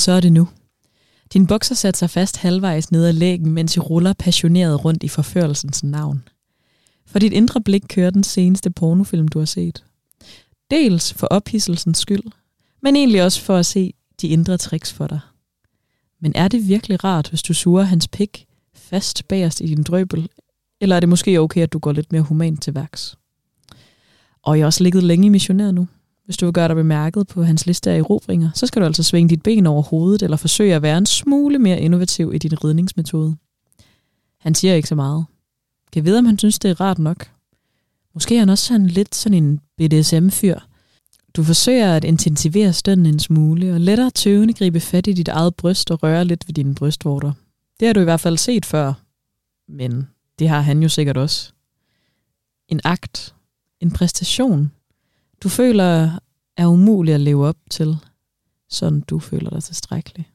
så er det nu. Din bukser satte sig fast halvvejs ned ad læggen, mens I ruller passioneret rundt i forførelsens navn. For dit indre blik kører den seneste pornofilm, du har set. Dels for ophidselsens skyld, men egentlig også for at se de indre tricks for dig. Men er det virkelig rart, hvis du suger hans pik fast bagerst i din drøbel, eller er det måske okay, at du går lidt mere humant til værks? Og jeg har også ligget længe i missionær nu. Hvis du vil gøre dig bemærket på hans liste af erobringer, så skal du altså svinge dit ben over hovedet, eller forsøge at være en smule mere innovativ i din ridningsmetode. Han siger ikke så meget. Kan jeg vide, om han synes, det er rart nok? Måske er han også sådan en BDSM-fyr. Du forsøger at intensivere stønnen en smule, og lettere tøvende gribe fat i dit eget bryst og røre lidt ved dine brystvorter. Det har du i hvert fald set før, men det har han jo sikkert også. En akt, en præstation, du føler er umulig at leve op til, sådan du føler dig tilstrækkelig.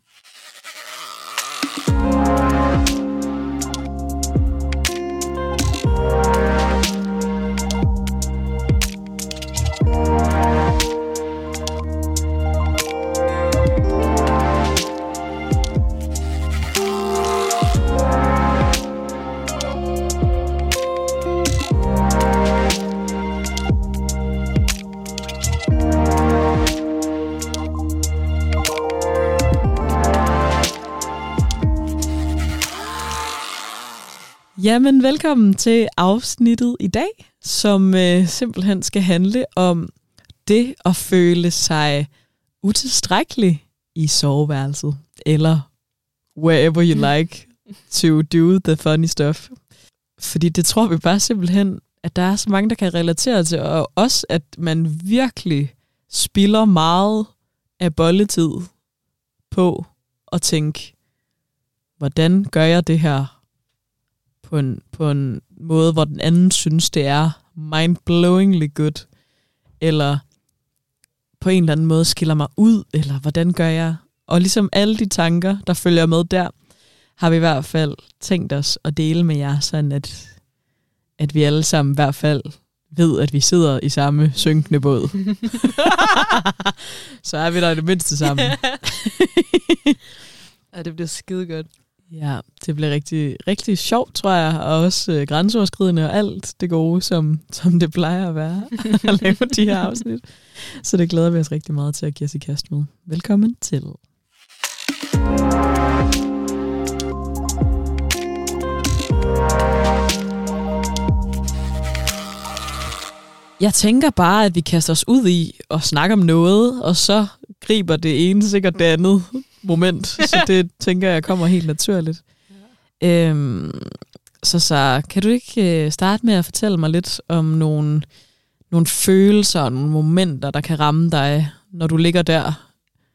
Jamen, velkommen til afsnittet i dag, som simpelthen skal handle om det at føle sig utilstrækkelig i soveværelset, eller wherever you like to do the funny stuff. Fordi det tror vi bare simpelthen, at der er så mange, der kan relatere til, og også at man virkelig spilder meget af bolletid på at tænke, hvordan gør jeg det her? På en måde, hvor den anden synes, det er mind-blowingly good, eller på en eller anden måde skiller mig ud, eller hvordan gør jeg? Og ligesom alle de tanker, der følger med der, har vi i hvert fald tænkt os at dele med jer, sådan at vi alle sammen i hvert fald ved, at vi sidder i samme synkende båd. Så er vi der i det mindste sammen. Ja, det bliver skide godt. Ja, det bliver rigtig, rigtig sjovt, tror jeg, og også grænseoverskridende og alt det gode, som det plejer at være at lave de her afsnit. Så det glæder vi os rigtig meget til at give os i kast med. Velkommen til. Jeg tænker bare, at vi kaster os ud i og snakker om noget, og så griber det ene sikkert det andet moment, så det tænker jeg kommer helt naturligt. Ja. Så kan du ikke starte med at fortælle mig lidt om nogle følelser og nogle momenter, der kan ramme dig, når du ligger der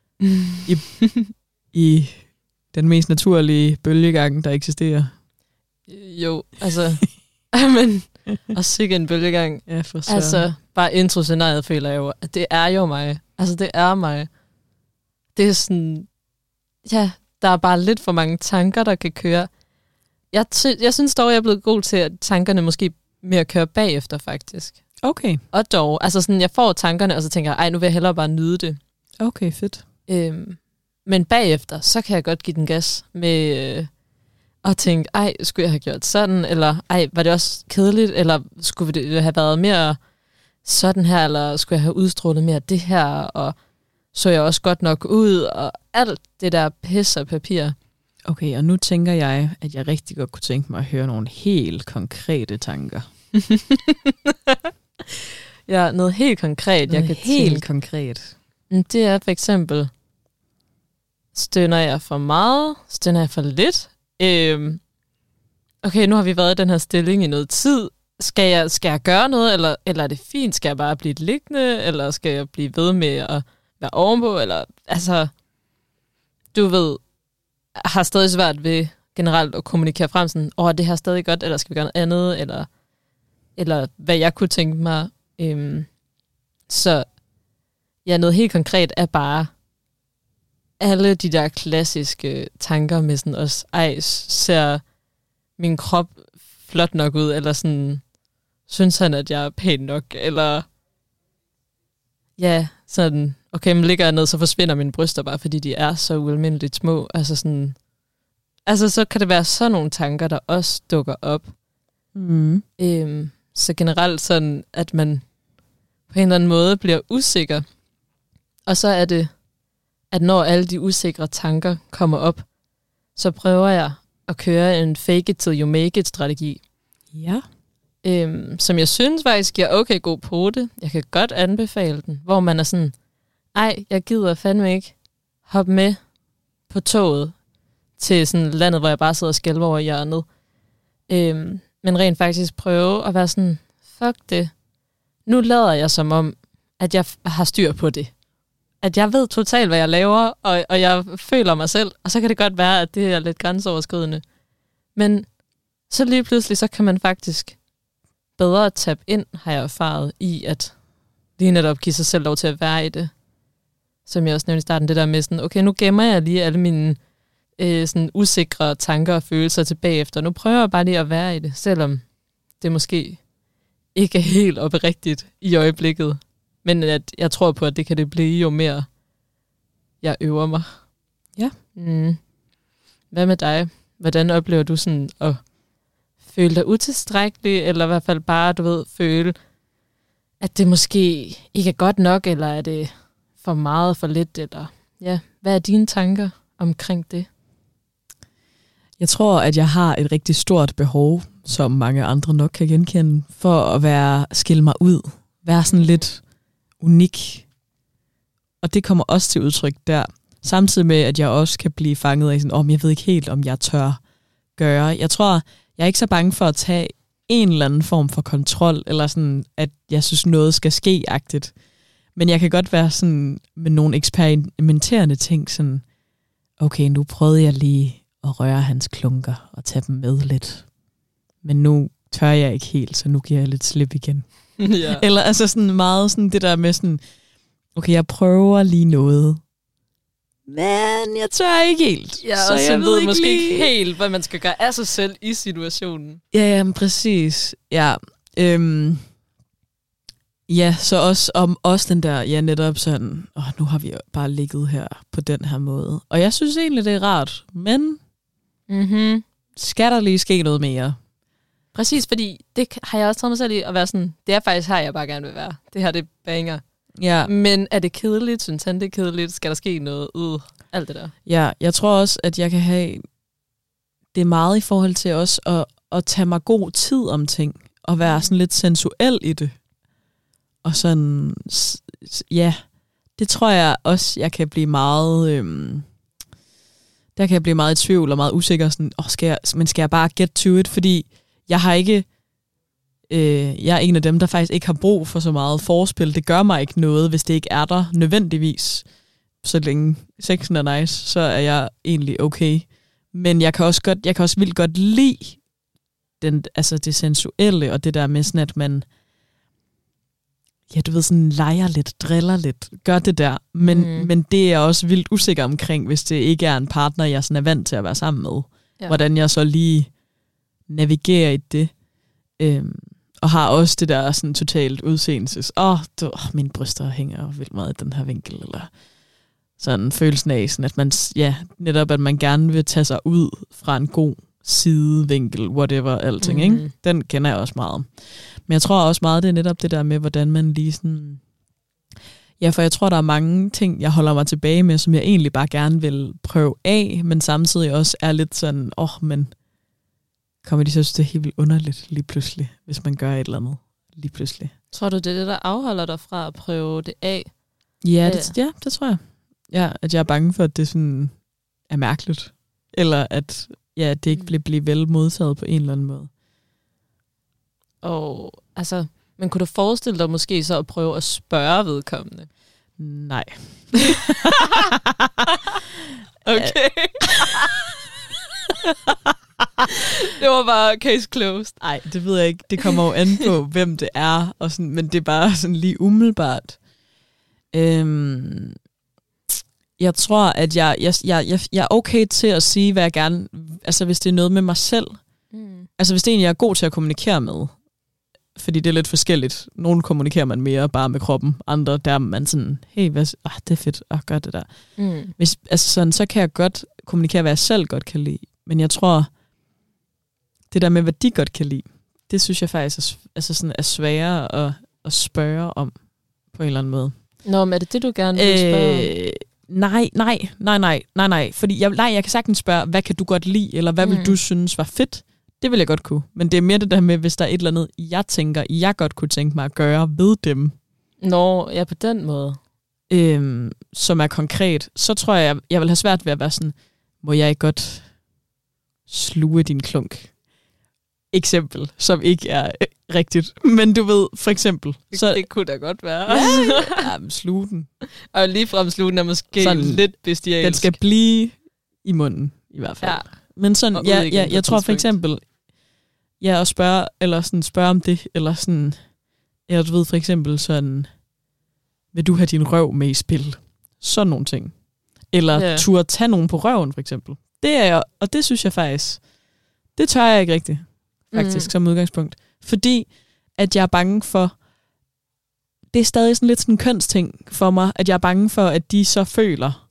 i den mest naturlige bølgegang, der eksisterer? Jo, altså, men og sikke en bølgegang. Ja, for så. Altså, bare introscenariet føler jeg jo, at det er jo mig. Altså, det er mig. Det er sådan, ja, der er bare lidt for mange tanker, der kan køre. Jeg synes dog, jeg er blevet god til, at tankerne måske mere kører bagefter, faktisk. Okay. Og dog, altså sådan, jeg får tankerne, og så tænker jeg, nu vil jeg hellere bare nyde det. Okay, fedt. Men bagefter, så kan jeg godt give den gas med at tænke, skulle jeg have gjort sådan, eller var det også kedeligt, eller skulle det have været mere sådan her, eller skulle jeg have udstrålet mere det her, og så jeg også godt nok ud, og alt det der pis og papir. Okay, og nu tænker jeg, at jeg rigtig godt kunne tænke mig at høre nogle helt konkrete tanker. Ja, noget helt konkret. Noget jeg kan helt tænke. Konkret. Det er for eksempel, stønner jeg for meget? Stønner jeg for lidt? Okay, nu har vi været i den her stilling i noget tid. Skal jeg gøre noget, eller er det fint? Skal jeg bare blive liggende, eller skal jeg blive ved med at være ovenpå? Eller, altså, du ved, har stadig svært ved generelt at kommunikere frem sådan, det her er stadig godt, eller skal vi gøre noget andet, eller hvad jeg kunne tænke mig. Så ja, noget helt konkret er bare alle de der klassiske tanker med sådan også, ser min krop flot nok ud, eller sådan, synes han, at jeg er pæn nok, eller ja, sådan, okay, men ligger jeg ned, så forsvinder mine bryster bare, fordi de er så ualmindeligt små. Altså sådan, så kan det være sådan nogle tanker, der også dukker op. Så generelt sådan, at man på en eller anden måde bliver usikker. Og så er det, at når alle de usikre tanker kommer op, så prøver jeg at køre en fake it till you make it strategi. Ja. Som jeg synes faktisk giver okay god på det. Jeg kan godt anbefale den, hvor man er sådan, ej, jeg gider fandme ikke hoppe med på toget til sådan landet, hvor jeg bare sidder og skælver over hjørnet. Men rent faktisk prøve at være sådan, fuck det. Nu lader jeg som om, at jeg har styr på det. At jeg ved totalt, hvad jeg laver, og jeg føler mig selv. Og så kan det godt være, at det er lidt grænseoverskridende. Men så lige pludselig, så kan man faktisk bedre tabe ind, har jeg erfaret, i at lige netop give sig selv lov til at være i det. Som jeg også nævnte i starten, det der med sådan, okay, nu gemmer jeg lige alle mine sådan usikre tanker og følelser tilbage efter. Nu prøver jeg bare lige at være i det, selvom det måske ikke er helt oprigtigt i øjeblikket. Men at jeg tror på, at det kan det blive, jo mere jeg øver mig. Ja. Hvad med dig? Hvordan oplever du sådan at føle dig utilstrækkelig, eller i hvert fald bare, du ved, føle, at det måske ikke er godt nok, eller er det for meget, for lidt, eller ja, hvad er dine tanker omkring det? Jeg tror, at jeg har et rigtig stort behov, som mange andre nok kan genkende, for at skille mig ud. Være sådan lidt unik. Og det kommer også til udtryk der. Samtidig med, at jeg også kan blive fanget af sådan, jeg ved ikke helt, om jeg tør gøre. Jeg tror, jeg er ikke så bange for at tage en eller anden form for kontrol, eller sådan, at jeg synes, noget skal ske-agtigt. Men jeg kan godt være sådan, med nogle eksperimenterende ting, sådan, okay, nu prøvede jeg lige at røre hans klunker og tage dem med lidt. Men nu tør jeg ikke helt, så nu giver jeg lidt slip igen. Ja. Eller altså sådan meget sådan det der med sådan, okay, jeg prøver lige noget, men jeg tør ikke helt. Ja, så og jeg så ved ikke måske lige ikke helt, hvad man skal gøre af sig selv i situationen. Ja, præcis. Ja. Ja, så også den der, ja, netop sådan, nu har vi bare ligget her på den her måde. Og jeg synes egentlig, det er rart, men skal der lige ske noget mere? Præcis, fordi det har jeg også taget mig selv i at være sådan, det er faktisk her, jeg bare gerne vil være. Det her, det banger. Ja. Men er det kedeligt? Synes han, det er kedeligt? Skal der ske noget ud? Alt det der. Ja, jeg tror også, at jeg kan have det er meget i forhold til også at tage mig god tid om ting, og være sådan lidt sensuel i det. Og sådan, ja, det tror jeg også, jeg kan blive meget, der kan jeg blive meget i tvivl og meget usikker, sådan, skal jeg bare get to it, fordi jeg har ikke, jeg er en af dem, der faktisk ikke har brug for så meget forspil. Det gør mig ikke noget, hvis det ikke er der nødvendigvis. Så længe sexen er nice, så er jeg egentlig okay. Men jeg kan også vildt godt lide det sensuelle, og det der med sådan, at man, ja, du ved, sådan leger lidt, driller lidt, gør det der. Men det er jeg også vildt usikker omkring, hvis det ikke er en partner, jeg sådan er vant til at være sammen med. Ja. Hvordan jeg så lige navigerer i det. Og har også det der sådan totalt udseendes. Mine bryster hænger vildt meget i den her vinkel, eller sådan følelsen af, sådan, at man, ja, netop at man gerne vil tage sig ud fra en god sidevinkel, whatever, alting, ikke? Den kender jeg også meget. Men jeg tror også meget, det er netop det der med, hvordan man lige sådan, ja, for jeg tror, der er mange ting, jeg holder mig tilbage med, som jeg egentlig bare gerne vil prøve af, men samtidig også er lidt sådan, men kommer de så synes, det er helt vildt underligt lige pludselig, hvis man gør et eller andet lige pludselig. Tror du, det er det, der afholder dig fra at prøve det af? Ja, det tror jeg. Ja, at jeg er bange for, at det sådan er mærkeligt. Eller at det ikke bliver blive vel modtaget på en eller anden måde. Og altså, men kunne du forestille dig måske så at prøve at spørge vedkommende? Nej. Okay. Det var bare case closed. Nej, det ved jeg ikke. Det kommer jo an på, hvem det er. Og sådan, men det er bare sådan lige umiddelbart. Jeg tror, at jeg er okay til at sige, hvad jeg gerne, altså hvis det er noget med mig selv. Altså hvis det egentlig er god til at kommunikere med, fordi det er lidt forskelligt. Nogle kommunikerer man mere bare med kroppen, andre der er man sådan, hey, det er fedt, gør det der. Hvis, altså sådan, så kan jeg godt kommunikere, hvad jeg selv godt kan lide, men jeg tror, det der med, hvad de godt kan lide, det synes jeg faktisk er sværere at spørge om, på en eller anden måde. Nå, men er det det, du gerne vil spørge Nej. Fordi jeg kan sagtens spørge, hvad kan du godt lide, eller hvad vil du synes var fedt? Det vil jeg godt kunne. Men det er mere det der med, hvis der er et eller andet, jeg godt kunne tænke mig at gøre ved dem. Nå, ja, på den måde. Som er konkret. Så tror jeg vil have svært ved at være sådan, må jeg ikke godt sluge din klunk? Eksempel, som ikke er rigtigt. Men du ved, for eksempel. Så, det kunne da godt være. Ja, sluge den. Og ligefrem sluge den er måske sådan, lidt bestialsk. Den skal blive i munden, i hvert fald. Ja. Men sådan, jeg tror for eksempel, at spørge om det, eller sådan, eller du ved for eksempel sådan, vil du have din røv med i spil? Sådan nogle ting. Eller turde tage nogen på røven, for eksempel. Det er jeg, og det synes jeg faktisk, det tør jeg ikke rigtigt, faktisk, som udgangspunkt. Fordi, at jeg er bange for, det er stadig sådan lidt sådan en kønsting for mig, at jeg er bange for, at de så føler,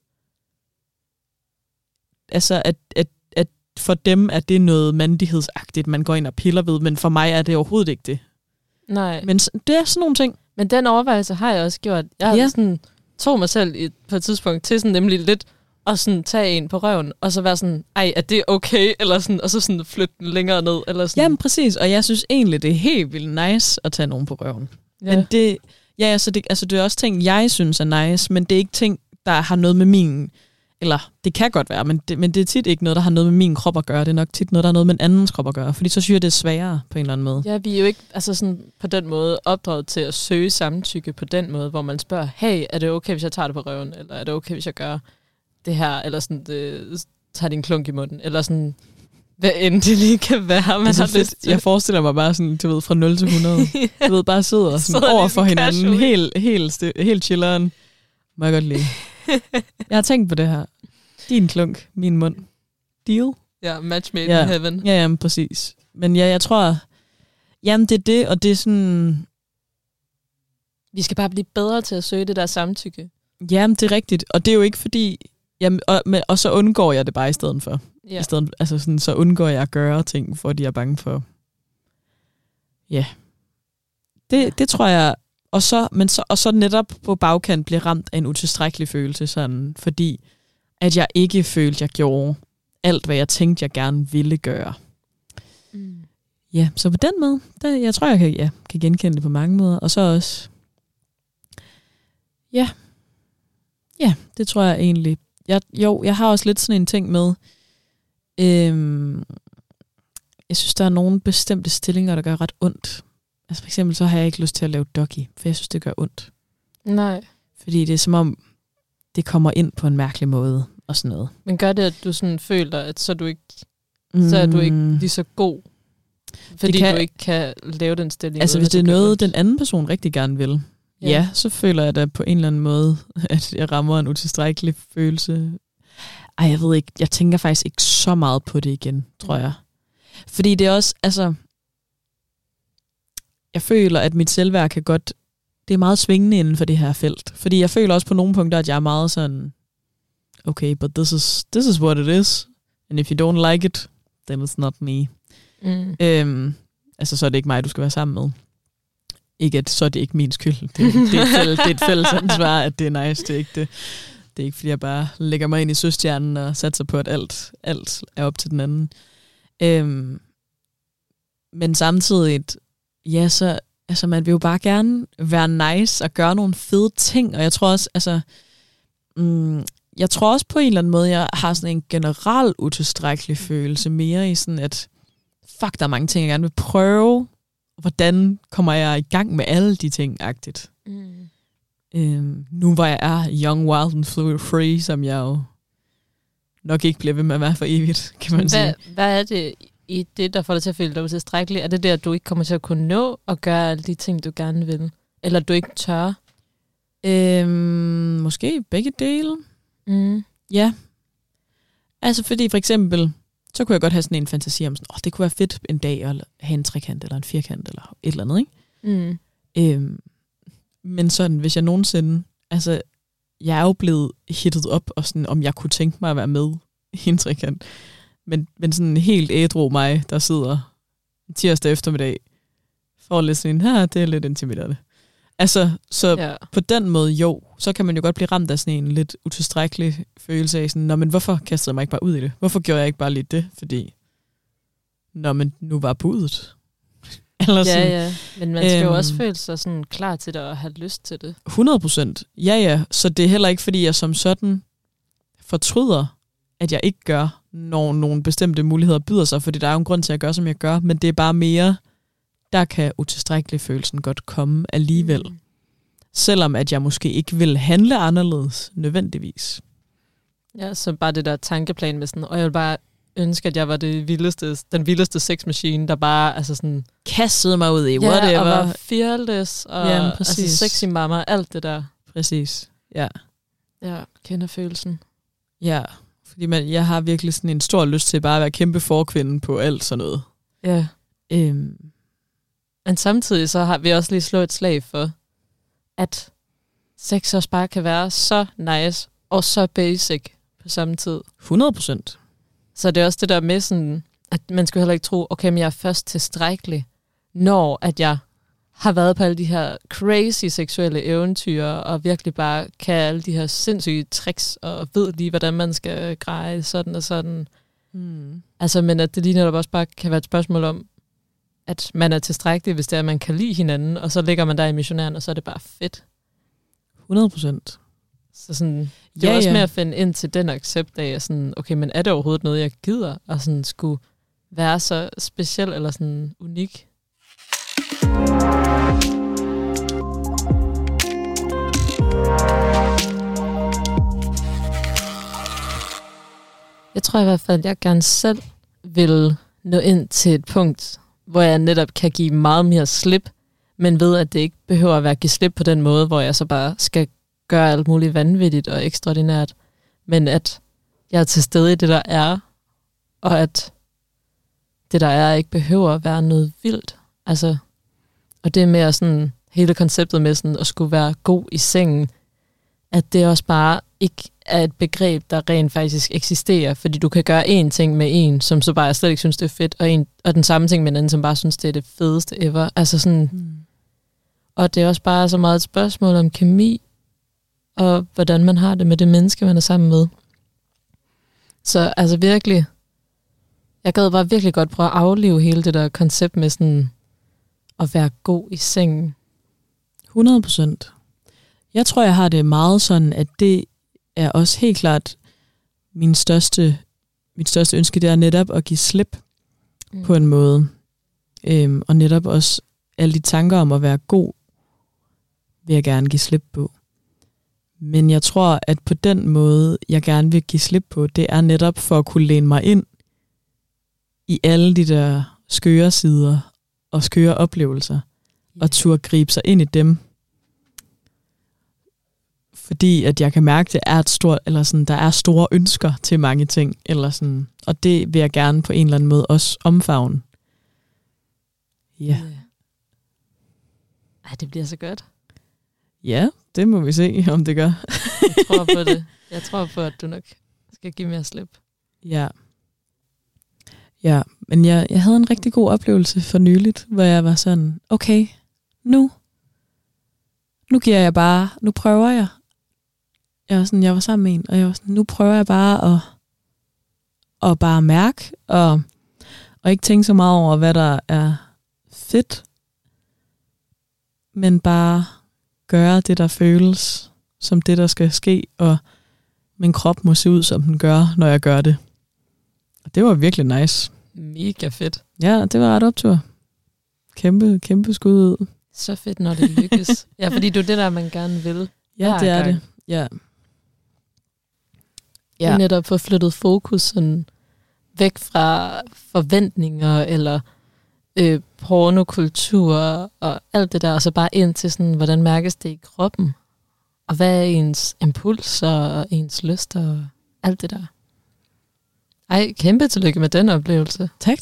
altså at for dem er det noget mandighedsagtigt, man går ind og piller ved, men for mig er det overhovedet ikke det. Nej. Men det er sådan nogle ting. Men den overvejelse har jeg også gjort. Jeg har sådan tog mig selv på et tidspunkt til sådan nemlig lidt at sådan tage en på røven, og så være sådan, ej, er det okay? Eller sådan, og så sådan flytte den længere ned. Eller sådan. Jamen præcis, og jeg synes egentlig, det er helt vildt nice at tage nogen på røven. Ja. Men det, det er også ting, jeg synes er nice, men det er ikke ting, der har noget med min, eller det kan godt være, men det er tit ikke noget, der har noget med min krop at gøre. Det er nok tit noget, der har noget med en andens krop at gøre, fordi så synes jeg, det er sværere på en eller anden måde. Ja, vi er jo ikke altså sådan, på den måde opdraget til at søge samtykke på den måde, hvor man spørger, hey, er det okay, hvis jeg tager det på røven? Eller er det okay, hvis jeg gør det her? Eller sådan, tager din klunk i munden? Eller sådan, hvad end det lige kan være, man har lyst til. Jeg forestiller mig bare sådan, du ved, fra 0 til 100. Du ved, bare sidder sådan over for hinanden, helt chilleren. Må jeg godt lide. Jeg har tænkt på det her. Din klunk, min mund. Deal? Ja, match made in heaven. Ja, jamen, præcis. Men ja, jeg tror, jamen det er det, og det er sådan... Vi skal bare blive bedre til at søge det der samtykke. Jamen, det er rigtigt. Og det er jo ikke fordi... Jamen, og så undgår jeg det bare i stedet for. Ja. I stedet, altså sådan, så undgår jeg at gøre ting, fordi jeg er bange for... Ja. Det tror jeg... Og så netop på bagkant bliver ramt af en utilstrækkelig følelse, sådan, fordi at jeg ikke følte, jeg gjorde alt, hvad jeg tænkte, jeg gerne ville gøre. Ja, så på den måde, jeg tror, jeg kan genkende det på mange måder. Og så også, ja, det tror jeg egentlig. Jeg har også lidt sådan en ting med, jeg synes, der er nogle bestemte stillinger, der gør ret ondt. Altså for eksempel, så har jeg ikke lyst til at lave doggy, for jeg synes, det gør ondt. Nej. Fordi det er som om, det kommer ind på en mærkelig måde, og sådan noget. Men gør det, at du sådan føler, at så er du ikke lige så god, fordi du ikke kan lave den stilling? Altså hvis det er noget, den anden person rigtig gerne vil, ja, så føler jeg da på en eller anden måde, at jeg rammer en utilstrækkelig følelse. Ej, jeg ved ikke, jeg tænker faktisk ikke så meget på det igen, tror jeg. Fordi det er også, altså... Jeg føler, at mit selvværd kan godt... Det er meget svingende inden for det her felt. Fordi jeg føler også på nogle punkter, at jeg er meget sådan... Okay, but this is what it is. And if you don't like it, then it's not me. Altså, så er det ikke mig, du skal være sammen med. Ikke at, så er det ikke min skyld. Det er et fælles ansvar, at det er nice. Det er ikke det. Det er ikke, fordi jeg bare lægger mig ind i søstjernen og satser på, at alt er op til den anden. Men samtidig... Ja, så altså, man vil jo bare gerne være nice og gøre nogle fede ting, og jeg tror også, altså, jeg tror også på en eller anden måde, jeg har sådan en generel utilstrækkelig følelse mere i sådan, at fuck, der er mange ting, jeg gerne vil prøve. Hvordan kommer jeg i gang med alle de ting-agtigt? Nu hvor jeg er young, wild and free, som jeg jo nok ikke bliver ved med at være for evigt, kan man sige. Hvad er det i det, der får dig til at føle dig utilstrækkelig? Er det det, at du ikke kommer til at kunne nå at gøre alle de ting, du gerne vil? Eller at du ikke tør? Måske begge dele. Ja. Altså fordi for eksempel, så kunne jeg godt have sådan en fantasi om, sådan, det kunne være fedt en dag at have en trekant, eller en firkant, eller et eller andet, ikke? Men sådan, hvis jeg nogensinde, altså, jeg er jo blevet hittet op, og sådan, om jeg kunne tænke mig at være med i en trekant. Men sådan helt ædru mig, der sidder tirsdag eftermiddag, for lidt sådan, det er lidt intimiderende. Altså, så på den måde, jo, så kan man jo godt blive ramt af sådan en lidt utilstrækkelig følelse af sådan, men hvorfor kastede jeg mig ikke bare ud i det? Hvorfor gjorde jeg ikke bare lige det? Fordi, men nu var budet. Eller sådan. Ja, men man skal jo også føle sig sådan klar til det og have lyst til det. 100%. Ja, så det er heller ikke, fordi jeg som sådan fortryder, at jeg ikke gør, når nogle bestemte muligheder byder sig, fordi der er jo en grund til at gøre, som jeg gør, men det er bare mere, der kan utilstrækkelig følelsen godt komme alligevel. Selvom at jeg måske ikke vil handle anderledes nødvendigvis. Ja, så bare det der tankeplan med sådan, og jeg vil bare ønske, at jeg var den vildeste sexmaskine, der bare altså sådan kastede mig ud i whatever. Og var fearless, og altså sexy mamma, alt det der. Præcis, ja. Ja, kender følelsen. Ja, fordi jeg har virkelig sådan en stor lyst til bare at være kæmpe forkvinde på alt sådan noget. Ja. Men samtidig så har vi også lige slået et slag for, at sex også bare kan være så nice og så basic på samme tid. 100%. Så det er også det der med sådan, at man skulle heller ikke tro, okay, men jeg er først tilstrækkelig, når at jeg har været på alle de her crazy seksuelle eventyr, og virkelig bare kan alle de her sindssyge tricks, og ved lige, hvordan man skal greje sådan og sådan. Altså, men at det lige netop også bare kan være et spørgsmål om, at man er tilstrækkelig, hvis det er, at man kan lide hinanden, og så ligger man der i missionæren, og så er det bare fedt. 100%. Så sådan, det er også med at finde ind til den accept af, sådan, okay, men er det overhovedet noget, jeg gider, og sådan skulle være så speciel eller sådan unik? Jeg tror i hvert fald, at jeg gerne selv vil nå ind til et punkt, hvor jeg netop kan give meget mere slip, men ved, at det ikke behøver at være at give slip på den måde, hvor jeg så bare skal gøre alt muligt vanvittigt og ekstraordinært, men at jeg er til stede i det, der er, og at det, der er, ikke behøver at være noget vildt. Altså, og det er mere sådan, hele konceptet med sådan at skulle være god i sengen, at det også bare ikke er et begreb, der rent faktisk eksisterer, fordi du kan gøre én ting med en, som så bare slet ikke synes, det er fedt, og den samme ting med en anden, som bare synes, det er det fedeste ever. Altså sådan, og det er også bare så meget et spørgsmål om kemi, og hvordan man har det med det menneske, man er sammen med. Så altså virkelig, jeg gad bare virkelig godt prøve at aflive hele det der koncept med sådan at være god i sengen. 100%. Jeg tror, jeg har det meget sådan, at det er også helt klart mit største ønske, det er netop at give slip på en måde. Og netop også alle de tanker om at være god, vil jeg gerne give slip på. Men jeg tror, at på den måde, jeg gerne vil give slip på, det er netop for at kunne læne mig ind i alle de der skøre sider og skøre oplevelser, og turde gribe sig ind i dem. Fordi at jeg kan mærke, at det er et stort, eller sådan, der er store ønsker til mange ting, eller sådan, og det vil jeg gerne på en eller anden måde også omfavne. Ja. Ej, det bliver så godt. Ja, det må vi se, om det gør. Jeg tror på det. Jeg tror på, at du nok skal give mere slip. Ja. Ja, men jeg havde en rigtig god oplevelse for nyligt, hvor jeg var sådan, okay, nu giver jeg bare, nu prøver jeg. Jeg var sammen med en, og jeg var sådan, nu prøver jeg bare at bare mærke, og ikke tænke så meget over, hvad der er fedt, men bare gøre det, der føles som det, der skal ske, og min krop må se ud, som den gør, når jeg gør det. Og det var virkelig nice. Mega fedt. Ja, det var ret optur. Kæmpe skud ud. Så fedt, når det lykkes. Ja, fordi det er det der, man gerne vil. Ja, det er det. Ja. Ja. Netop få flyttet fokus sådan væk fra forventninger eller pornokultur og alt det der, og så bare ind til sådan, hvordan mærkes det i kroppen? Og hvad er ens impulser og ens lyster og alt det der? Ej, kæmpe tillykke med den oplevelse. Tak.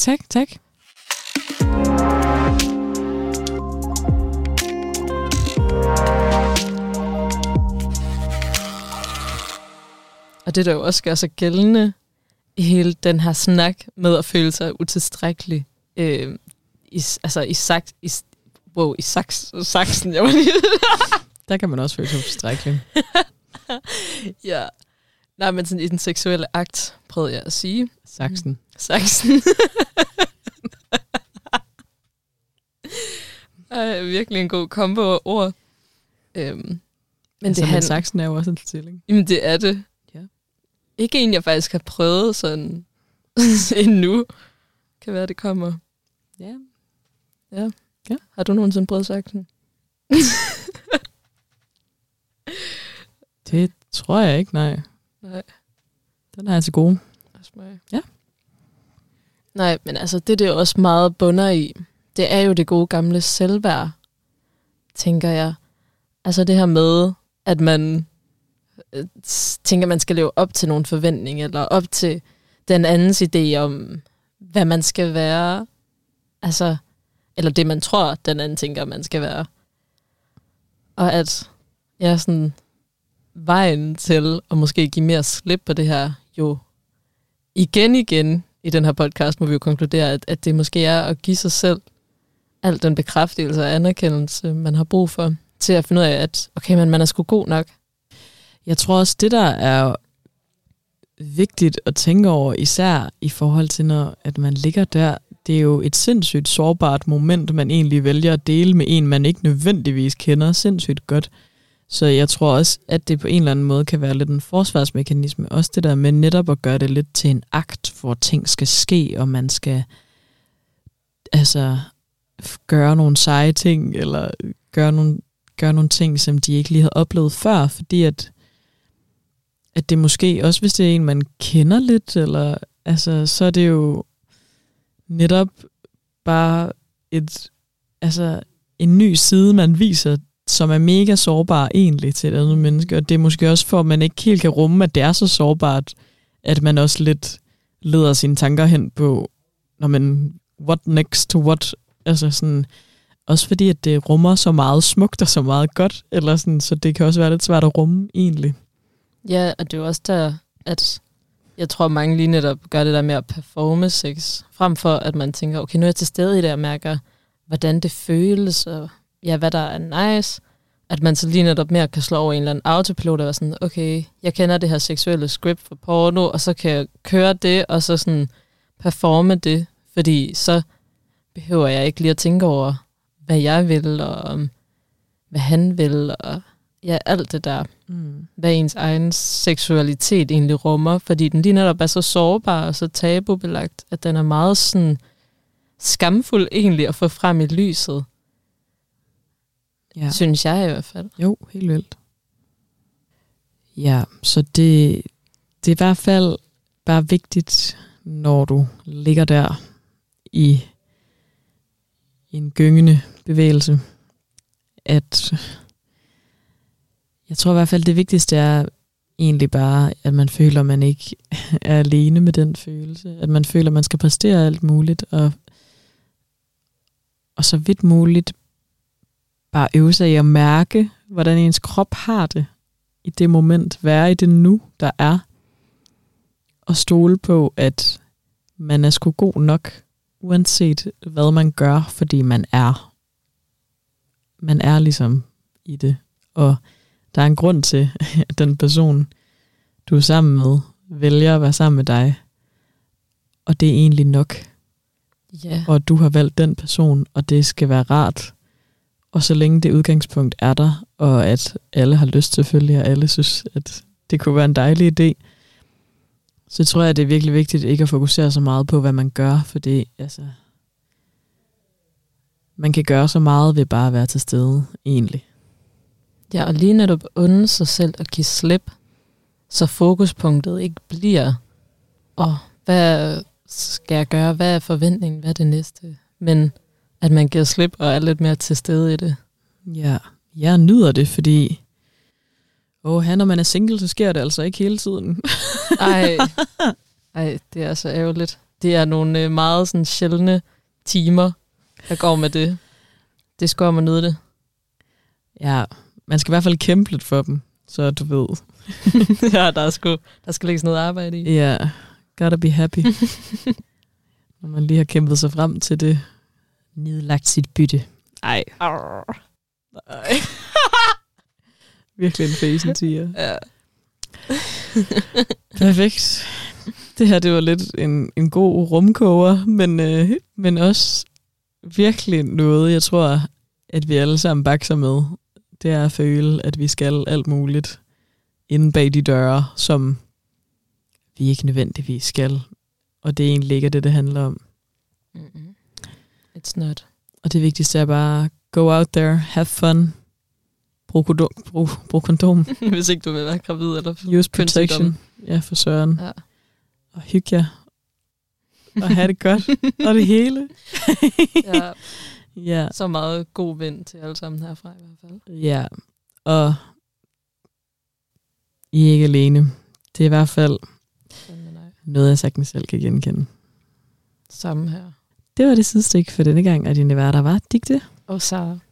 Og det der jo også gør sig gældende i hele den her snak med at føle sig utilstrækkelig. I saksen, jeg var lige... Der kan man også føle sig utilstrækkelig. Ja. Nej, men sådan i den seksuelle akt, prøvede jeg at sige. Saksen. Virkelig en god kombo af ord. Men altså, men saksen er jo også en stilling. Jamen, det er det. Ja. Ikke en, jeg faktisk har prøvet sådan endnu. Kan være, det kommer. Ja. Har du nogensinde prøvet saksen? Det tror jeg ikke, nej. Den har jeg til gode. Ja. Nej, men altså det er også meget bunder i. Det er jo det gode gamle selvværd, tænker jeg. Altså det her med, at man tænker, man skal leve op til nogle forventninger, eller op til den andens idé om, hvad man skal være. Altså, eller det, man tror, den anden tænker, man skal være. Og at sådan vejen til at måske give mere slip på det her, jo igen i den her podcast, må vi jo konkludere, at det måske er at give sig selv al den bekræftelse og anerkendelse, man har brug for, til at finde ud af, at okay, man er sgu god nok. Jeg tror også, det der er vigtigt at tænke over, især i forhold til, når at man ligger der, det er jo et sindssygt sårbart moment, man egentlig vælger at dele med en, man ikke nødvendigvis kender sindssygt godt. Så jeg tror også, at det på en eller anden måde kan være lidt en forsvarsmekanisme. Også det der med netop at gøre det lidt til en akt, hvor ting skal ske, og man skal gøre nogle seje ting, eller gøre nogle ting, som de ikke lige havde oplevet før, fordi at det måske, også hvis det er en, man kender lidt, eller så er det jo netop bare en ny side, man viser, som er mega sårbar egentlig til et andet menneske, og det er måske også for, at man ikke helt kan rumme, at det er så sårbart, at man også lidt leder sine tanker hen på, what next to what, også fordi, at det rummer så meget smukt og så meget godt, eller sådan, så det kan også være lidt svært at rumme egentlig. Ja, og det er jo også der, at jeg tror, mange lige netop gør det der med at performe sex, frem for at man tænker, okay, nu er jeg til stede i det, og mærker, hvordan det føles, og hvad der er nice, at man så lige netop mere kan slå over en eller anden autopilot, og være sådan, okay, jeg kender det her seksuelle script for porno, og så kan jeg køre det, og så sådan performe det, fordi så behøver jeg ikke lige at tænke over, hvad jeg vil, og hvad han vil, og alt det der, hvad ens egen seksualitet egentlig rummer, fordi den lige netop er så sårbar og så tabubelagt, at den er meget sådan skamfuld egentlig at få frem i lyset. Ja. Synes jeg i hvert fald. Jo, helt vildt. Ja, så det er i hvert fald bare vigtigt, når du ligger der i en gyngende bevægelse, at jeg tror i hvert fald, det vigtigste er egentlig bare, at man føler, at man ikke er alene med den følelse. At man føler, at man skal præstere alt muligt, og så vidt muligt bare øve sig i at mærke, hvordan ens krop har det i det moment, være i det nu, der er, og stole på, at man er sgu god nok, uanset hvad man gør, fordi man er. Man er ligesom i det, og der er en grund til, at den person, du er sammen med, vælger at være sammen med dig, og det er egentlig nok. Yeah. Og du har valgt den person, og det skal være rart. Og så længe det udgangspunkt er der, og at alle har lyst selvfølgelig, og alle synes, at det kunne være en dejlig idé, så tror jeg, det er virkelig vigtigt ikke at fokusere så meget på, hvad man gør, fordi man kan gøre så meget ved bare at være til stede, egentlig. Ja, og lige netop unde sig selv at give slip, så fokuspunktet ikke bliver, hvad skal jeg gøre, hvad er forventningen, hvad er det næste, men at man giver slip og er lidt mere til stede i det. Ja, jeg nyder det, fordi når man er single, så sker det altså ikke hele tiden. Ej, Ej, det er så ærgerligt. Det er nogle meget sådan sjældne timer, der går med det. Det skal man nyde det. Ja, man skal i hvert fald kæmpe lidt for dem, så du ved. Ja, der skal lægges noget arbejde i. Ja, yeah, gotta be happy. Når man lige har kæmpet sig frem til det, nedlagt sit bytte. Ej. Nej. Virkelig en fæsentiger. Ja. Perfekt. Det her, det var lidt en god rumkoger, men også virkelig noget, jeg tror, at vi alle sammen bakser med. Det er at føle, at vi skal alt muligt inde bag de døre, som vi ikke nødvendigvis skal. Og det er egentlig ikke det handler om. Mm-mm. It's not. Og det vigtigste er bare, go out there, have fun, brug kondom. Hvis ikke du vil være gravid eller use protection. Ja, for søren. Ja. Og hygge jer. Og have det godt. Og det hele. Ja. Ja. Så meget god vind til alle sammen herfra i hvert fald. Ja. Og I er ikke alene. Det er i hvert fald noget, jeg sagtens selv kan genkende. Samme her. Det var det sidste for denne gang, og dine værter var Digte og Sara.